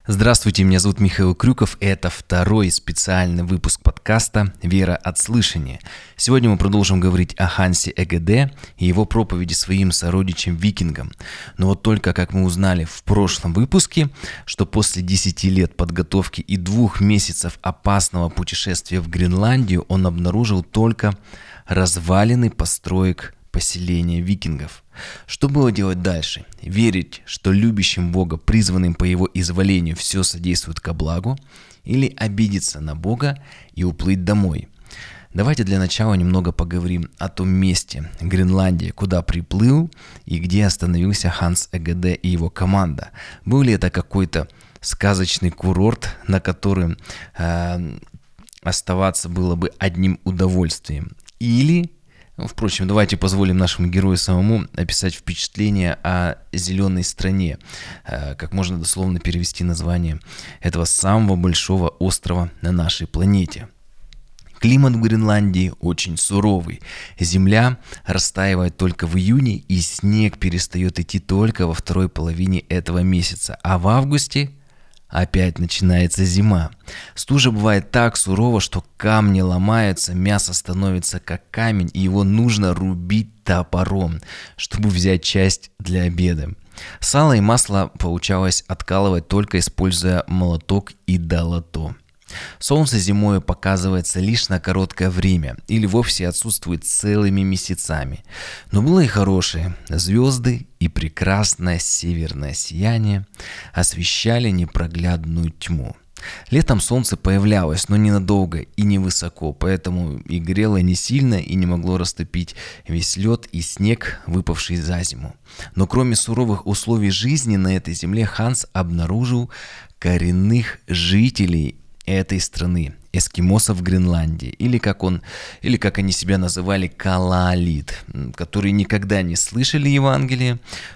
Здравствуйте, меня зовут Михаил Крюков, и это второй специальный выпуск подкаста «Вера от слышания». Сегодня мы продолжим говорить о Хансе Эгеде и его проповеди своим сородичам-викингам. Но вот только как мы узнали в прошлом выпуске, что после 10 лет подготовки и 2 месяцев опасного путешествия в Гренландию он обнаружил только развалины построек поселения викингов. Что было делать дальше? Верить, что любящим Бога, призванным по его изволению, все содействует ко благу? Или обидеться на Бога и уплыть домой? Давайте для начала немного поговорим о том месте, Гренландия, куда приплыл и где остановился Ханс Эгеде и его команда. Был ли это какой-то сказочный курорт, на котором оставаться было бы одним удовольствием? Или... Впрочем, давайте позволим нашему герою самому описать впечатление о зеленой стране, как можно дословно перевести название этого самого большого острова на нашей планете. Климат в Гренландии очень суровый. Земля растаивает только в июне, и снег перестает идти только во второй половине этого месяца, а в августе опять начинается зима. Стужа бывает так сурова, что камни ломаются, мясо становится как камень, и его нужно рубить топором, чтобы взять часть для обеда. Сало и масло получалось откалывать только используя молоток и долото. Солнце зимой показывается лишь на короткое время или вовсе отсутствует целыми месяцами. Но было и хорошее. Звезды и прекрасное северное сияние освещали непроглядную тьму. Летом солнце появлялось, но ненадолго и невысоко, поэтому и грело не сильно и не могло растопить весь лед и снег, выпавший за зиму. Но кроме суровых условий жизни на этой земле Ханс обнаружил коренных жителей этой страны, эскимосов Гренландии, или как они себя называли, калаалит, которые никогда не слышали Евангелие,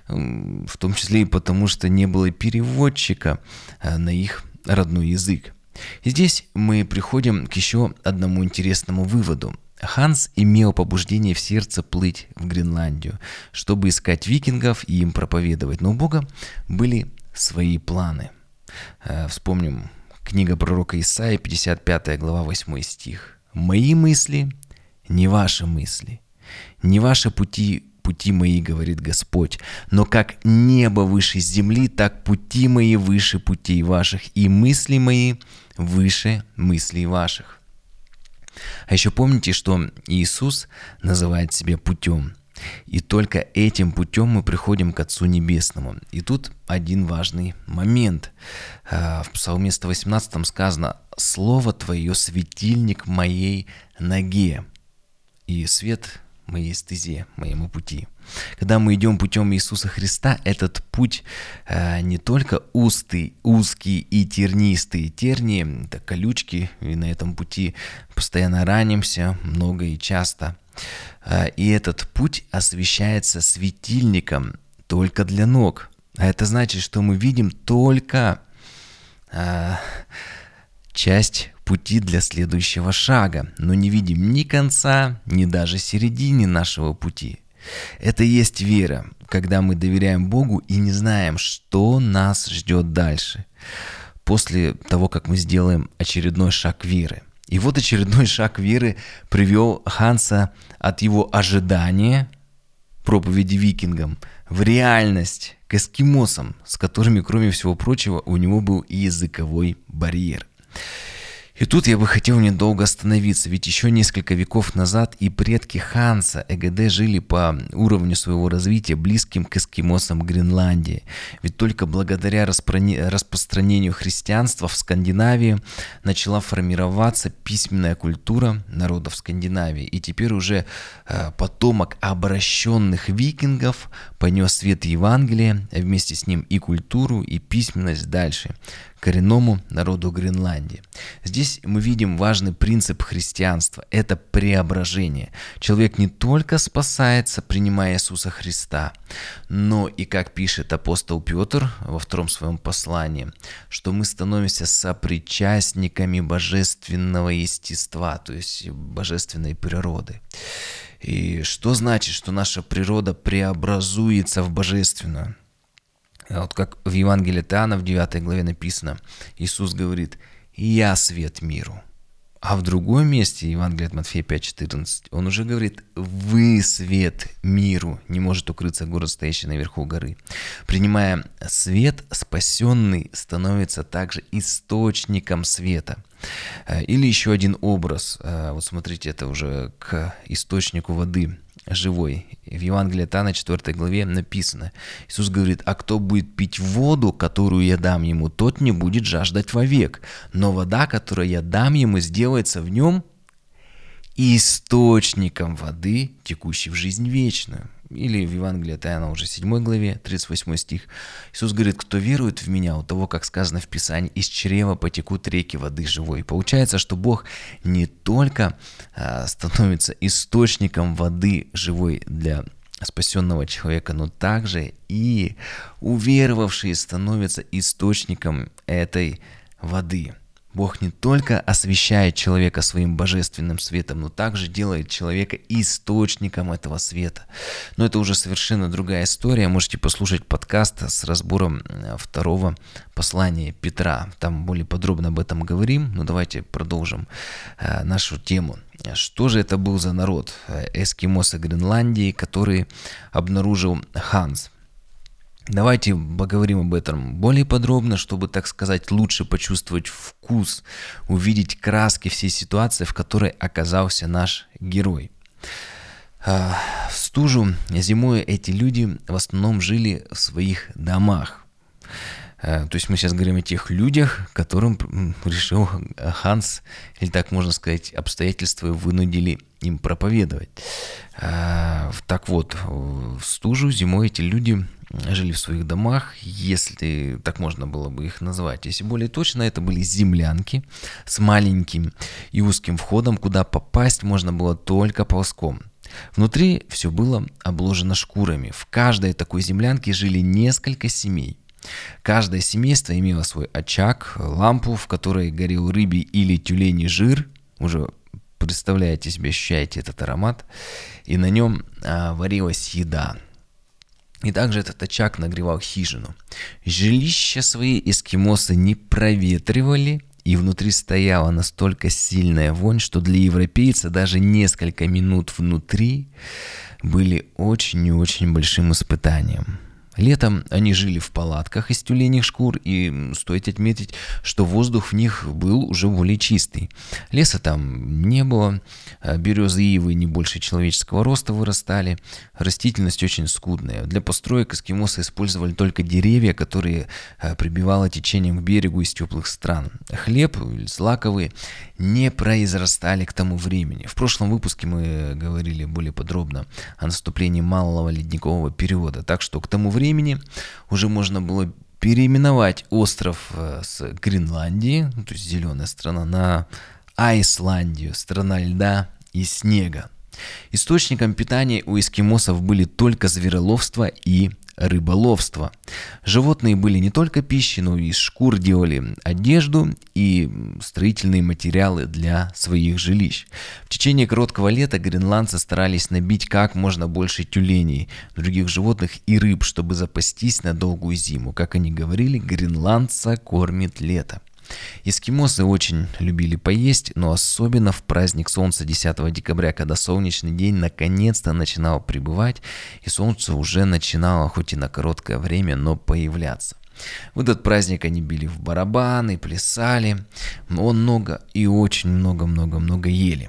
в том числе и потому, что не было переводчика на их родной язык. И здесь мы приходим к еще одному интересному выводу. Ханс имел побуждение в сердце плыть в Гренландию, чтобы искать викингов и им проповедовать, но у Бога были свои планы. Вспомним книга пророка Исаии, 55 глава, 8 стих. «Мои мысли не ваши мысли, не ваши пути мои, говорит Господь, но как небо выше земли, так пути мои выше путей ваших, и мысли мои выше мыслей ваших». А еще помните, что Иисус называет себя путем. И только этим путем мы приходим к Отцу Небесному. И тут один важный момент. В Псалме 118 сказано: «Слово Твое — светильник моей ноге и свет моей стезе, моему пути». Когда мы идем путем Иисуса Христа, этот путь не только узкий и тернистый. Тернии — это колючки, и на этом пути постоянно ранимся, много и часто. И этот путь освещается светильником только для ног. А это значит, что мы видим только часть пути для следующего шага, но не видим ни конца, ни даже середины нашего пути. Это и есть вера, когда мы доверяем Богу и не знаем, что нас ждет дальше, после того, как мы сделаем очередной шаг веры. И вот очередной шаг веры привел Ханса от его ожидания проповеди викингам в реальность, к эскимосам, с которыми, кроме всего прочего, у него был и языковой барьер. И тут я бы хотел недолго остановиться, ведь еще несколько веков назад и предки Ханса Эгеде жили по уровню своего развития близким к эскимосам Гренландии. Ведь только благодаря распространению христианства в Скандинавии начала формироваться письменная культура народов Скандинавии. И теперь уже потомок обращенных викингов понес свет Евангелия, а вместе с ним и культуру, и письменность дальше коренному народу Гренландии. Здесь мы видим важный принцип христианства – это преображение. Человек не только спасается, принимая Иисуса Христа, но и, как пишет апостол Петр во втором своем послании, что мы становимся сопричастниками божественного естества, то есть божественной природы. И что значит, что наша природа преобразуется в божественную? Вот как в Евангелии от Иоанна в 9 главе написано, Иисус говорит: «Я свет миру». А в другом месте, Евангелие от Матфея 5:14, он уже говорит: «Вы свет миру, не может укрыться город, стоящий наверху горы». Принимая свет, спасенный становится также источником света. Или еще один образ. Вот смотрите, это уже к источнику воды живой. В Евангелии от Иоанна 4 главе написано. Иисус говорит: «А кто будет пить воду, которую я дам ему, тот не будет жаждать вовек. Но вода, которую я дам ему, сделается в нем источником воды, текущей в жизнь вечную». Или в Евангелии от Иоанна уже 7 главе, 38 стих. Иисус говорит: «Кто верует в Меня, у того, как сказано в Писании, из чрева потекут реки воды живой». Получается, что Бог не только становится источником воды живой для спасенного человека, но также и уверовавшие становятся источником этой воды. Бог не только освещает человека своим божественным светом, но также делает человека источником этого света. Но это уже совершенно другая история. Можете послушать подкаст с разбором 2 послания Петра. Там более подробно об этом говорим. Но давайте продолжим нашу тему. Что же это был за народ? Эскимосы Гренландии, который обнаружил Ханс. Давайте поговорим об этом более подробно, чтобы, так сказать, лучше почувствовать вкус, увидеть краски всей ситуации, в которой оказался наш герой. В стужу зимой эти люди в основном жили в своих домах. То есть мы сейчас говорим о тех людях, которым решил Ханс, или так можно сказать, обстоятельства вынудили им проповедовать. Так вот, в стужу зимой эти люди жили в своих домах, если так можно было бы их назвать. Если более точно, это были землянки с маленьким и узким входом, куда попасть можно было только ползком. Внутри все было обложено шкурами. В каждой такой землянке жили несколько семей. Каждое семейство имело свой очаг, лампу, в которой горел рыбий или тюленей жир. Уже представляете себе, ощущаете этот аромат. И на нем варилась еда. И также этот очаг нагревал хижину. Жилища свои эскимосы не проветривали, и внутри стояла настолько сильная вонь, что для европейца даже несколько минут внутри были очень и очень большим испытанием. Летом они жили в палатках из тюленьих шкур, и стоит отметить, что воздух в них был уже более чистый. Леса там не было, березы и ивы не больше человеческого роста вырастали, растительность очень скудная. Для построек эскимосы использовали только деревья, которые прибивало течением к берегу из теплых стран. Хлеб, злаковые, не произрастали к тому времени. В прошлом выпуске мы говорили более подробно о наступлении малого ледникового периода, так что к тому времени уже можно было переименовать остров с Гренландии, то есть зеленая страна, на Айсландию, страна льда и снега. Источником питания у эскимосов были только звероловство и рыболовство. Животные были не только пищей, но и из шкур делали одежду и строительные материалы для своих жилищ. В течение короткого лета гренландцы старались набить как можно больше тюленей, других животных и рыб, чтобы запастись на долгую зиму. Как они говорили, гренландца кормит лето. Эскимосы очень любили поесть, но особенно в праздник солнца 10 декабря, когда солнечный день наконец-то начинал прибывать, и солнце уже начинало, хоть и на короткое время, но появляться. В этот праздник они били в барабаны, плясали, но много и очень много ели.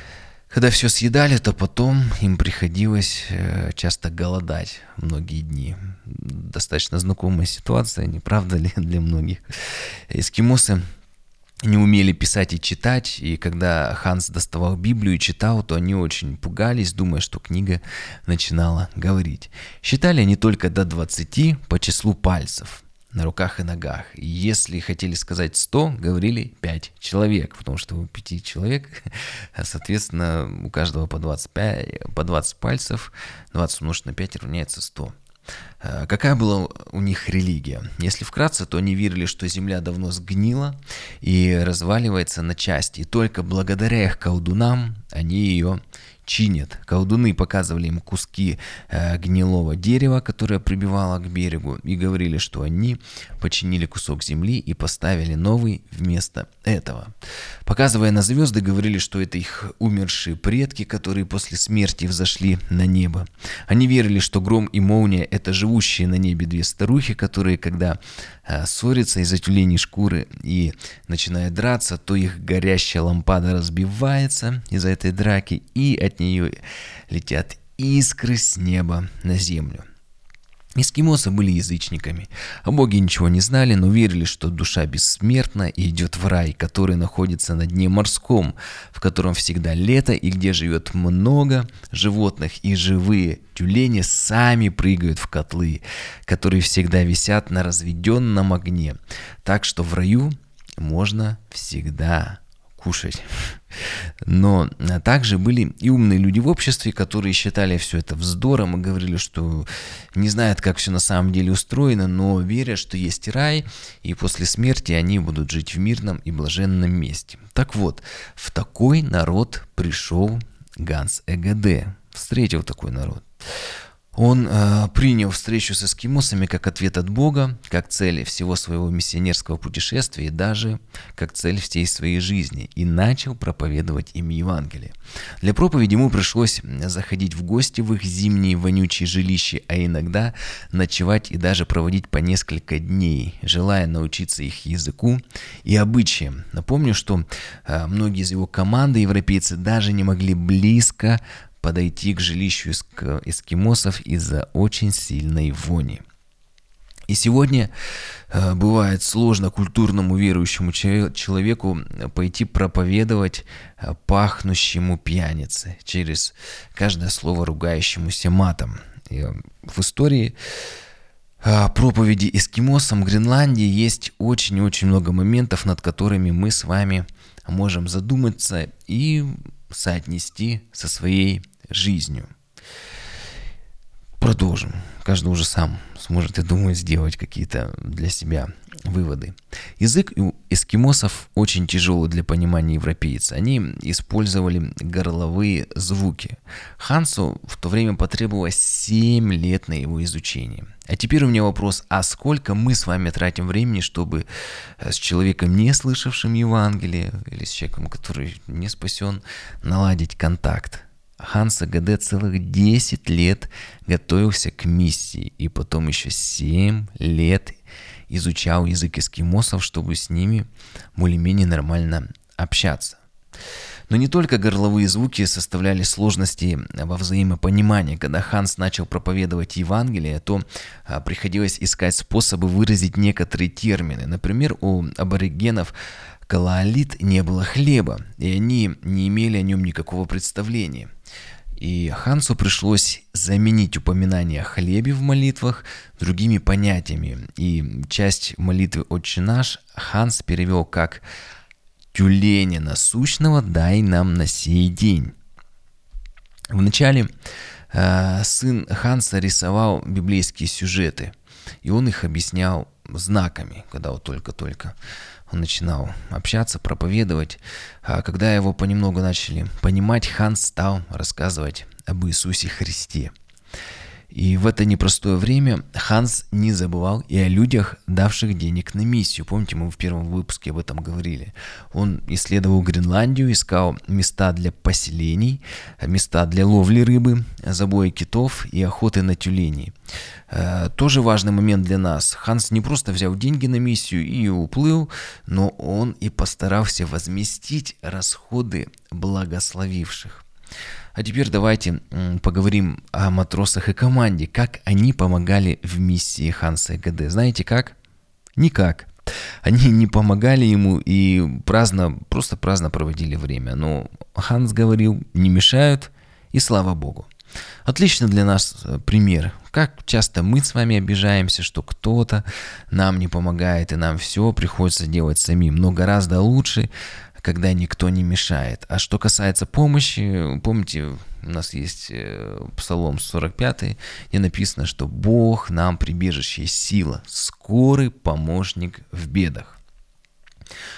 Когда все съедали, то потом им приходилось часто голодать многие дни. Достаточно знакомая ситуация, не правда ли, для многих. Эскимосы не умели писать и читать, и когда Ханс доставал Библию и читал, то они очень пугались, думая, что книга начинала говорить. Считали они только до 20 по числу пальцев на руках и ногах. И если хотели сказать 100, говорили 5 человек, потому что у 5 человек, соответственно, у каждого по 20 пальцев, 20 умножить на 5 равняется 100. Какая была у них религия? Если вкратце, то они верили, что земля давно сгнила и разваливается на части, и только благодаря их колдунам они ее чинят. Колдуны показывали им куски гнилого дерева, которое прибивало к берегу, и говорили, что они починили кусок земли и поставили новый вместо этого. Показывая на звезды, говорили, что это их умершие предки, которые после смерти взошли на небо. Они верили, что гром и молния – это живущие на небе две старухи, которые, когда ссорятся из-за тюленей шкуры и начинают драться, то их горящая лампада разбивается из-за этой драки, и от нее летят искры с неба на землю. Эскимосы были язычниками. О Боге ничего не знали, но верили, что душа бессмертна и идет в рай, который находится на дне морском, в котором всегда лето и где живет много животных, и живые тюлени сами прыгают в котлы, которые всегда висят на разведенном огне. Так что в раю можно всегда кушать. Но также были и умные люди в обществе, которые считали все это вздором и говорили, что не знают, как все на самом деле устроено, но верят, что есть рай, и после смерти они будут жить в мирном и блаженном месте. Так вот, в такой народ пришел Ганс Эгеде, встретил такой народ. Он принял встречу с эскимосами как ответ от Бога, как цель всего своего миссионерского путешествия и даже как цель всей своей жизни, и начал проповедовать им Евангелие. Для проповеди ему пришлось заходить в гости в их зимние вонючие жилища, а иногда ночевать и даже проводить по несколько дней, желая научиться их языку и обычаям. Напомню, что многие из его команды, европейцы, даже не могли близко подойти к жилищу эскимосов из-за очень сильной вони. И сегодня бывает сложно культурному верующему человеку пойти проповедовать пахнущему пьянице через каждое слово ругающемуся матом. И в истории проповеди эскимосам Гренландии есть очень-очень много моментов, над которыми мы с вами можем задуматься и соотнести со своей жизнью. Продолжим. Каждый уже сам сможет, я думаю, сделать какие-то для себя выводы. Язык у эскимосов очень тяжелый для понимания европейца. Они использовали горловые звуки. Хансу в то время потребовалось 7 лет на его изучение. А теперь у меня вопрос, а сколько мы с вами тратим времени, чтобы с человеком, не слышавшим Евангелие, или с человеком, который не спасен, наладить контакт? Ханс Эгеде целых 10 лет готовился к миссии, и потом еще 7 лет изучал язык эскимосов, чтобы с ними более-менее нормально общаться. Но не только горловые звуки составляли сложности во взаимопонимании. Когда Ханс начал проповедовать Евангелие, то приходилось искать способы выразить некоторые термины. Например, у аборигенов Калаалит не было хлеба, и они не имели о нем никакого представления. И Хансу пришлось заменить упоминание о хлебе в молитвах другими понятиями. И часть молитвы «Отче наш» Ханс перевел как «Тюленя насущного дай нам на сей день». Вначале сын Ханса рисовал библейские сюжеты, и он их объяснял знаками, когда вот только-только он начинал общаться, проповедовать. А когда его понемногу начали понимать, Ханс стал рассказывать об Иисусе Христе. И в это непростое время Ханс не забывал и о людях, давших денег на миссию. Помните, мы в первом выпуске об этом говорили. Он исследовал Гренландию, искал места для поселений, места для ловли рыбы, забоя китов и охоты на тюленей. Тоже важный момент для нас. Ханс не просто взял деньги на миссию и уплыл, но он и постарался возместить расходы благословивших. А теперь давайте поговорим о матросах и команде, как они помогали в миссии Ханса Эгеде. Знаете как? Никак. Они не помогали ему и просто праздно проводили время. Но Ханс говорил, не мешают, и слава Богу. Отлично для нас пример. Как часто мы с вами обижаемся, что кто-то нам не помогает, и нам все приходится делать самим. Но гораздо лучше, когда никто не мешает. А что касается помощи, помните, у нас есть Псалом 45, где написано, что Бог нам прибежище и сила, скорый помощник в бедах.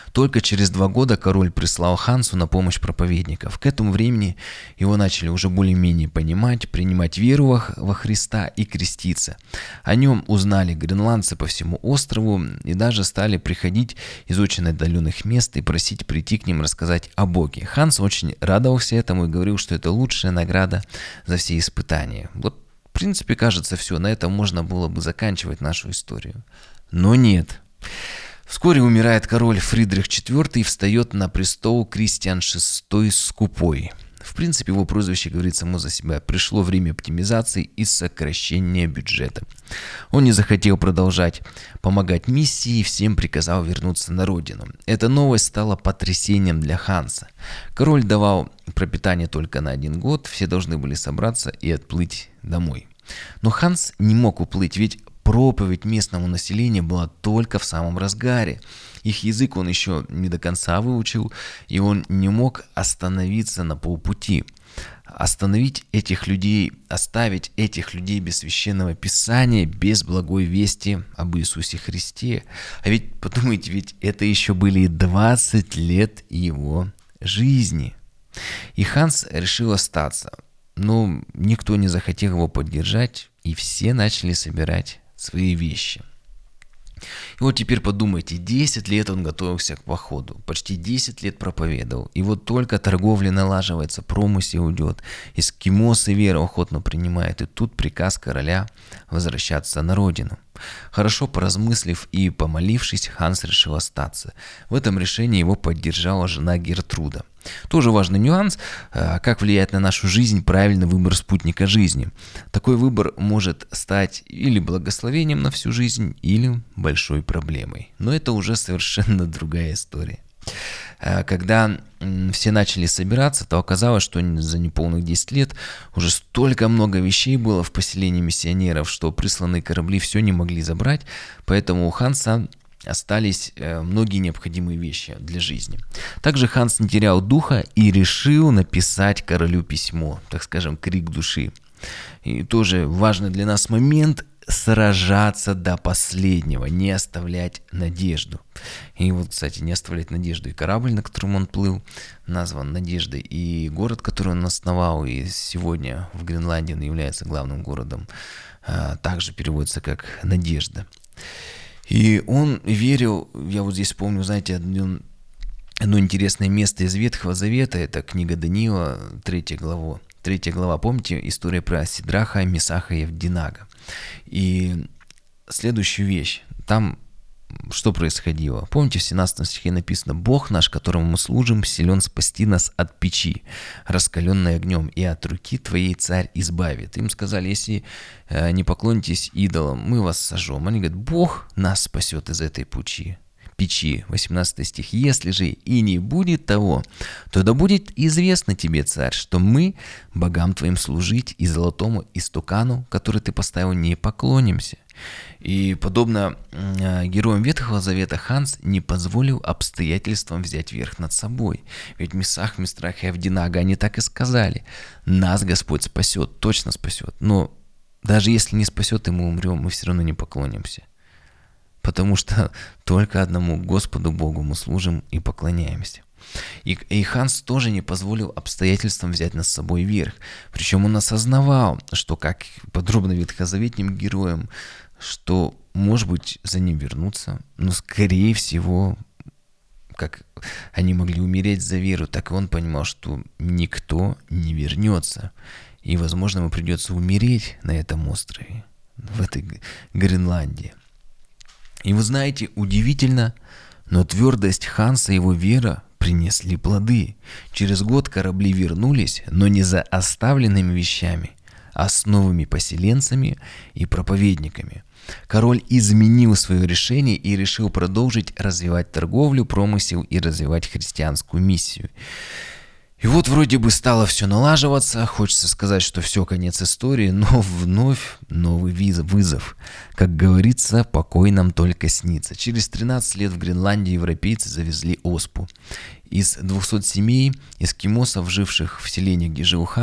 Только через 2 года король прислал Хансу на помощь проповедников. К этому времени его начали уже более-менее понимать, принимать веру во Христа и креститься. О нем узнали гренландцы по всему острову и даже стали приходить из очень отдаленных мест и просить прийти к ним рассказать о Боге. Ханс очень радовался этому и говорил, что это лучшая награда за все испытания. Вот, в принципе, кажется, все. На этом можно было бы заканчивать нашу историю. Но нет. Вскоре умирает король Фридрих IV и встает на престол Кристиан VI Скупой. В принципе, его прозвище говорит само за себя. Пришло время оптимизации и сокращения бюджета. Он не захотел продолжать помогать миссии и всем приказал вернуться на родину. Эта новость стала потрясением для Ханса. Король давал пропитание только на 1 год, все должны были собраться и отплыть домой. Но Ханс не мог уплыть, ведь проповедь местному населению была только в самом разгаре. Их язык он еще не до конца выучил, и он не мог остановиться на полпути. Оставить этих людей без священного писания, без благой вести об Иисусе Христе. А ведь, подумайте, ведь это еще были 20 лет его жизни. И Ханс решил остаться, но никто не захотел его поддержать, и все начали собирать свои вещи. И вот теперь подумайте, 10 лет он готовился к походу, почти 10 лет проповедовал, и вот только торговля налаживается, промысел идет, эскимосы веру охотно принимают, и тут приказ короля возвращаться на родину. Хорошо поразмыслив и помолившись, Ханс решил остаться. В этом решении его поддержала жена Гертруда. Тоже важный нюанс, как влияет на нашу жизнь правильный выбор спутника жизни. Такой выбор может стать или благословением на всю жизнь, или большой проблемой. Но это уже совершенно другая история. Когда все начали собираться, то оказалось, что за неполных 10 лет уже столько много вещей было в поселении миссионеров, что присланные корабли все не могли забрать, поэтому у Ханса остались многие необходимые вещи для жизни. Также Ханс не терял духа и решил написать королю письмо, так скажем, крик души. И тоже важный для нас момент — сражаться до последнего, не оставлять надежду. И вот, кстати, не оставлять надежду. И корабль, на котором он плыл, назван Надеждой. И город, который он основал, и сегодня в Гренландии он является главным городом, также переводится как Надежда. И он верил, я вот здесь помню, знаете, одно интересное место из Ветхого Завета, это книга Даниила, 3 глава. 3 глава, помните история про Сидраха, Месаха и Авдинага? И следующую вещь, там что происходило? Помните, в 17 стихе написано: «Бог наш, которому мы служим, силен спасти нас от печи, раскаленной огнем, и от руки твоей царь избавит». Им сказали: если не поклонитесь идолам, мы вас сожжем. Они говорят: Бог нас спасет из этой печи. 18 стих. «Если же и не будет того, то да будет известно тебе, царь, что мы богам твоим служить и золотому истукану, который ты поставил, не поклонимся». И подобно героям Ветхого Завета, Ханс не позволил обстоятельствам взять верх над собой. Ведь Месах, Местрах и Авдинага, они так и сказали: нас Господь спасет, точно спасет. Но даже если не спасет, и мы умрем, мы все равно не поклонимся. Потому что только одному Господу Богу мы служим и поклоняемся. И Ханс тоже не позволил обстоятельствам взять над собой верх. Причем он осознавал, что, как подробно ветхозаветным героям, что, может быть, за ним вернуться, но, скорее всего, как они могли умереть за веру, так и он понимал, что никто не вернется. И, возможно, ему придется умереть на этом острове, в этой Гренландии. И вы знаете, удивительно, но твердость Ханса и его вера принесли плоды. Через год корабли вернулись, но не за оставленными вещами, а с новыми поселенцами и проповедниками. Король изменил свое решение и решил продолжить развивать торговлю, промысел и развивать христианскую миссию. И вот вроде бы стало все налаживаться, хочется сказать, что все, конец истории, но вновь новый вызов. Как говорится, покой нам только снится. Через 13 лет в Гренландии европейцы завезли оспу. Из 200 семей эскимосов, живших в селении, где жил Ханс,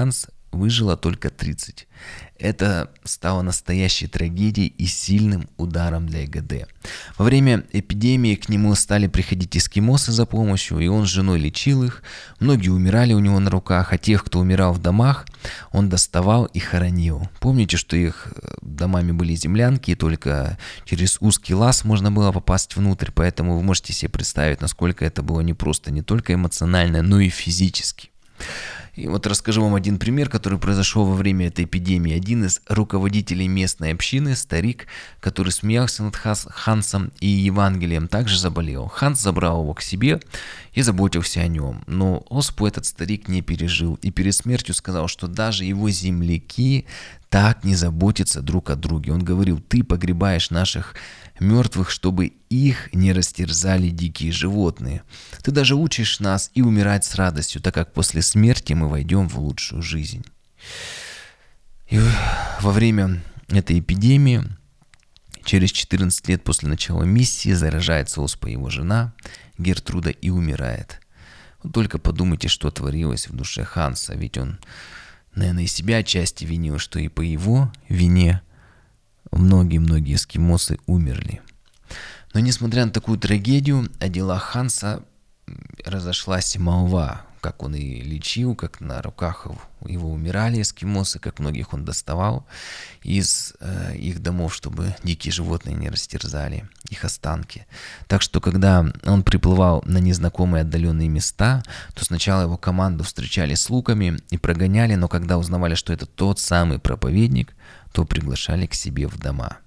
выжило только 30. Это стало настоящей трагедией и сильным ударом для ЭГД. Во время эпидемии к нему стали приходить эскимосы за помощью, и он с женой лечил их. Многие умирали у него на руках, а тех, кто умирал в домах, он доставал и хоронил. Помните, что их домами были землянки, и только через узкий лаз можно было попасть внутрь, поэтому вы можете себе представить, насколько это было непросто, не только эмоционально, но и физически. И вот расскажу вам один пример, который произошел во время этой эпидемии. Один из руководителей местной общины, старик, который смеялся над Хансом и Евангелием, также заболел. Ханс забрал его к себе и заботился о нем. Но оспу этот старик не пережил и перед смертью сказал, что даже его земляки так не заботятся друг о друге. Он говорил: ты погребаешь наших мертвых, чтобы их не растерзали дикие животные. Ты даже учишь нас и умирать с радостью, так как после смерти мы войдем в лучшую жизнь. И во время этой эпидемии, через 14 лет после начала миссии, заражается оспой его жена Гертруда и умирает. Вот только подумайте, что творилось в душе Ханса, ведь он, наверное, и себя отчасти винил, что и по его вине многие-многие эскимосы умерли. Но несмотря на такую трагедию, о делах Ханса разошлась молва, как он и лечил, как на руках его умирали эскимосы, как многих он доставал из их домов, чтобы дикие животные не растерзали их останки. Так что, когда он приплывал на незнакомые отдаленные места, то сначала его команду встречали с луками и прогоняли, но когда узнавали, что это тот самый проповедник, то приглашали к себе в дома.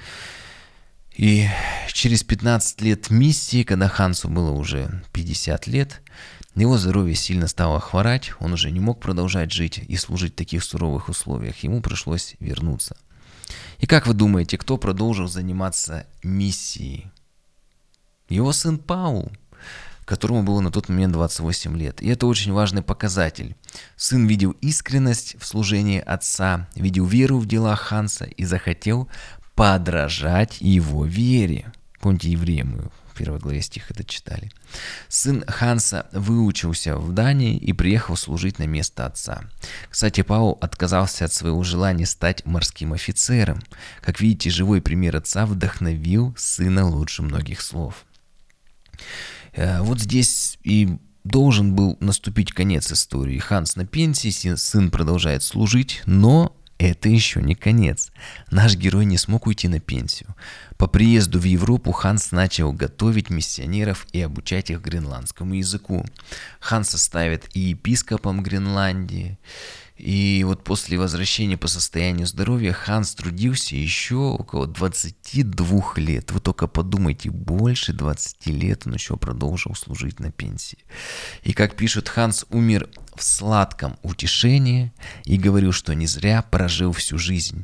И через 15 лет миссии, когда Хансу было уже 50 лет, его здоровье сильно стало хворать, он уже не мог продолжать жить и служить в таких суровых условиях, ему пришлось вернуться. И как вы думаете, кто продолжил заниматься миссией? Его сын Паул, которому было на тот момент 28 лет. И это очень важный показатель. Сын видел искренность в служении отца, видел веру в делах Ханса и захотел подражать его вере. Помните, Евреям мы в первой главе стих это читали. Сын Ханса выучился в Дании и приехал служить на место отца. Кстати, Паул отказался от своего желания стать морским офицером. Как видите, живой пример отца вдохновил сына лучше многих слов. Вот здесь и должен был наступить конец истории. Ханс на пенсии, сын продолжает служить, но это еще не конец. Наш герой не смог уйти на пенсию. По приезду в Европу Ханс начал готовить миссионеров и обучать их гренландскому языку. Ханса ставят и епископом Гренландии. И вот после возвращения по состоянию здоровья Ханс трудился еще около 22 лет. Вы только подумайте, больше 20 лет он еще продолжил служить на пенсии. И как пишет, Ханс умер в сладком утешении и говорил, что не зря прожил всю жизнь,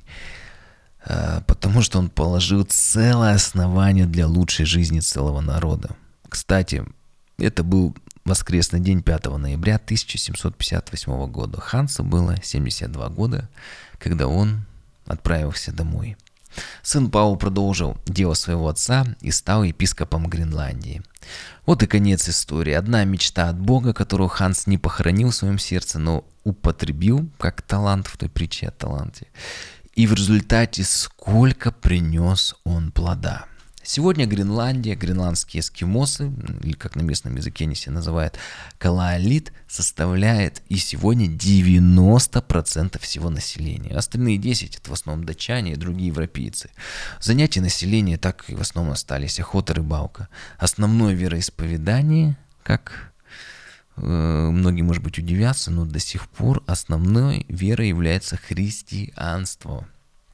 потому что он положил целое основание для лучшей жизни целого народа. Кстати, это был воскресный день 5 ноября 1758 года. Хансу было 72 года, когда он отправился домой. Сын Паул продолжил дело своего отца и стал епископом Гренландии. Вот и конец истории. Одна мечта от Бога, которую Ханс не похоронил в своем сердце, но употребил как талант в той притче о таланте. И в результате сколько принес он плода. Сегодня Гренландия, гренландские эскимосы, или как на местном языке они себя называют, калаалит, составляет и сегодня 90% всего населения. Остальные 10% это в основном датчане и другие европейцы. Занятия населения так и в основном остались: охота, рыбалка. Основное вероисповедание, как многие, может быть, удивятся, но до сих пор основной верой является христианство.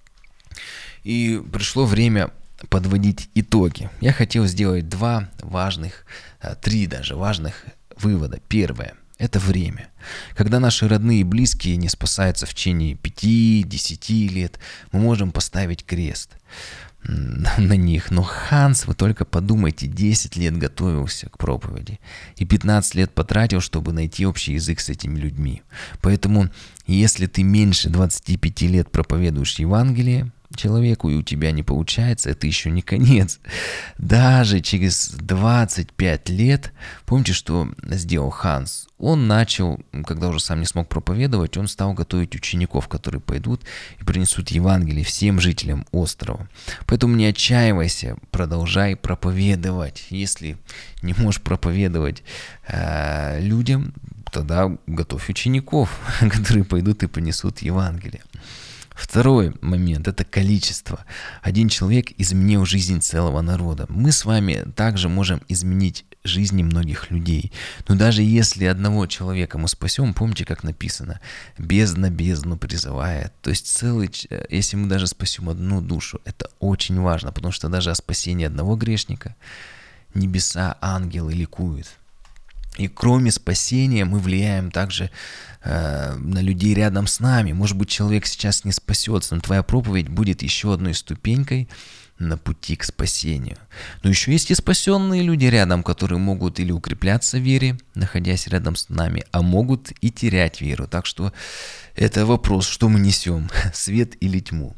И пришло время подводить итоги. Я хотел сделать три важных вывода. Первое – это время. Когда наши родные и близкие не спасаются в течение 5-10 лет, мы можем поставить крест на них. Но Ханс, вы только подумайте, 10 лет готовился к проповеди и 15 лет потратил, чтобы найти общий язык с этими людьми. Поэтому, если ты меньше 25 лет проповедуешь Евангелие, человеку, и у тебя не получается, это еще не конец. Даже через 25 лет, помните, что сделал Ханс? Он начал, когда уже сам не смог проповедовать, он стал готовить учеников, которые пойдут и принесут Евангелие всем жителям острова. Поэтому не отчаивайся, продолжай проповедовать. Если не можешь проповедовать людям, тогда готовь учеников, которые пойдут и принесут Евангелие. Второй момент – это количество. Один человек изменил жизнь целого народа. Мы с вами также можем изменить жизни многих людей. Но даже если одного человека мы спасем, помните, как написано, бездна бездну призывает. То есть если мы даже спасем одну душу, это очень важно, потому что даже о спасении одного грешника небеса, ангелы ликуют. И кроме спасения мы влияем также на людей рядом с нами. Может быть, человек сейчас не спасется, но твоя проповедь будет еще одной ступенькой на пути к спасению. Но еще есть и спасенные люди рядом, которые могут или укрепляться в вере, находясь рядом с нами, а могут и терять веру. Так что это вопрос, что мы несем, свет или тьму.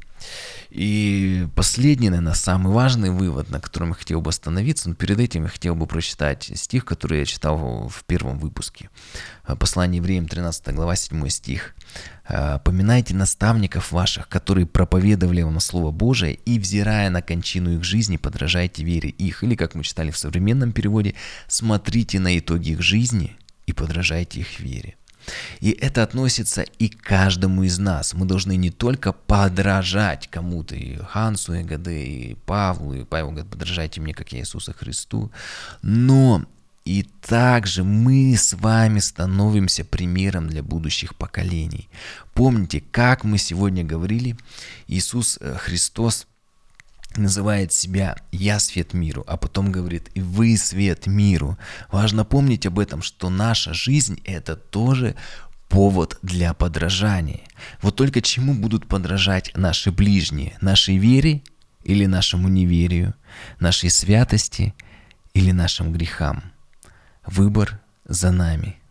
И последний, наверное, самый важный вывод, на котором я хотел бы остановиться, но перед этим я хотел бы прочитать стих, который я читал в первом выпуске. Послание евреям, 13 глава, 7 стих. «Поминайте наставников ваших, которые проповедовали вам Слово Божие, и, взирая на кончину их жизни, подражайте вере их». Или, как мы читали в современном переводе, «смотрите на итоги их жизни и подражайте их вере». И это относится и к каждому из нас. Мы должны не только подражать кому-то, и Хансу, и Гаде, и Павлу, и Павел говорит, подражайте мне, как я Иисусу Христу, но и также мы с вами становимся примером для будущих поколений. Помните, как мы сегодня говорили, Иисус Христос называет себя «Я свет миру», а потом говорит «И вы свет миру». Важно помнить об этом, что наша жизнь – это тоже повод для подражания. Вот только чему будут подражать наши ближние? Нашей вере или нашему неверию? Нашей святости или нашим грехам? Выбор за нами.